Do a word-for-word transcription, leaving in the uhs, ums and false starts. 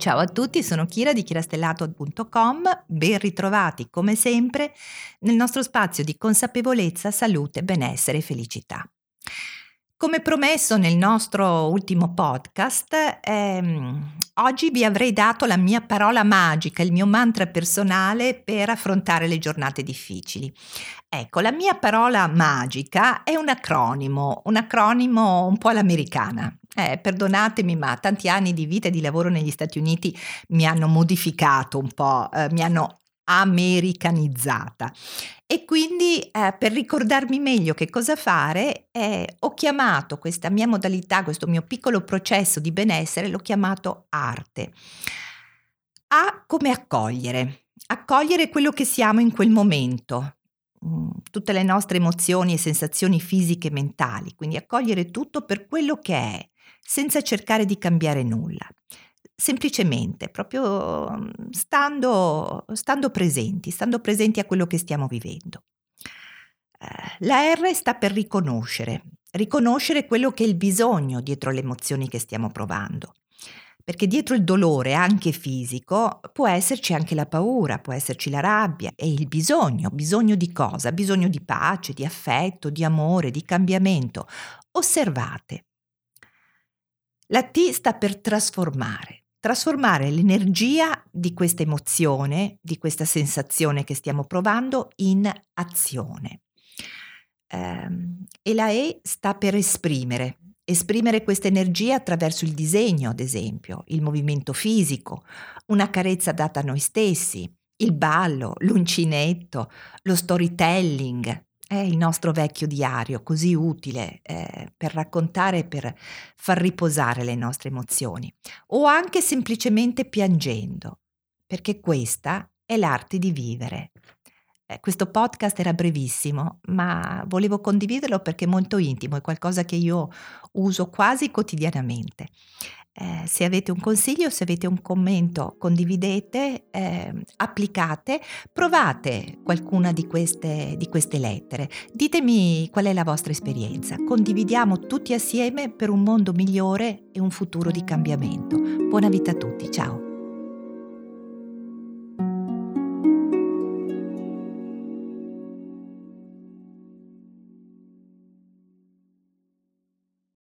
Ciao a tutti, sono Kira di kirastellato punto com, ben ritrovati come sempre nel nostro spazio di consapevolezza, salute, benessere e felicità. Come promesso nel nostro ultimo podcast, ehm, oggi vi avrei dato la mia parola magica, il mio mantra personale per affrontare le giornate difficili. Ecco, la mia parola magica è un acronimo, un acronimo un po' all'americana. Eh, perdonatemi, ma tanti anni di vita e di lavoro negli Stati Uniti mi hanno modificato un po', eh, mi hanno americanizzata. E quindi, eh, per ricordarmi meglio che cosa fare, eh, ho chiamato questa mia modalità, questo mio piccolo processo di benessere, l'ho chiamato arte. A come accogliere, accogliere quello che siamo in quel momento, mm, tutte le nostre emozioni e sensazioni fisiche e mentali, quindi accogliere tutto per quello che è, senza cercare di cambiare nulla. Semplicemente, proprio mm, stando, stando presenti, stando presenti a quello che stiamo vivendo. Eh, la R sta per riconoscere, riconoscere quello che è il bisogno dietro le emozioni che stiamo provando. Perché dietro il dolore, anche fisico, può esserci anche la paura, può esserci la rabbia e il bisogno. Bisogno di cosa? Bisogno di pace, di affetto, di amore, di cambiamento. Osservate. La T sta per trasformare. Trasformare l'energia di questa emozione, di questa sensazione che stiamo provando, in azione. Ehm, e la E sta per esprimere. Esprimere questa energia attraverso il disegno, ad esempio, il movimento fisico, una carezza data a noi stessi, il ballo, l'uncinetto, lo storytelling. È il nostro vecchio diario, così utile eh, per raccontare e per far riposare le nostre emozioni. O anche semplicemente piangendo, perché questa è l'arte di vivere. Eh, questo podcast era brevissimo, ma volevo condividerlo perché è molto intimo, è qualcosa che io uso quasi quotidianamente. Eh, se avete un consiglio, se avete un commento, condividete, eh, applicate, provate qualcuna di queste, di queste lettere. Ditemi qual è la vostra esperienza. Condividiamo tutti assieme per un mondo migliore e un futuro di cambiamento. Buona vita a tutti, ciao!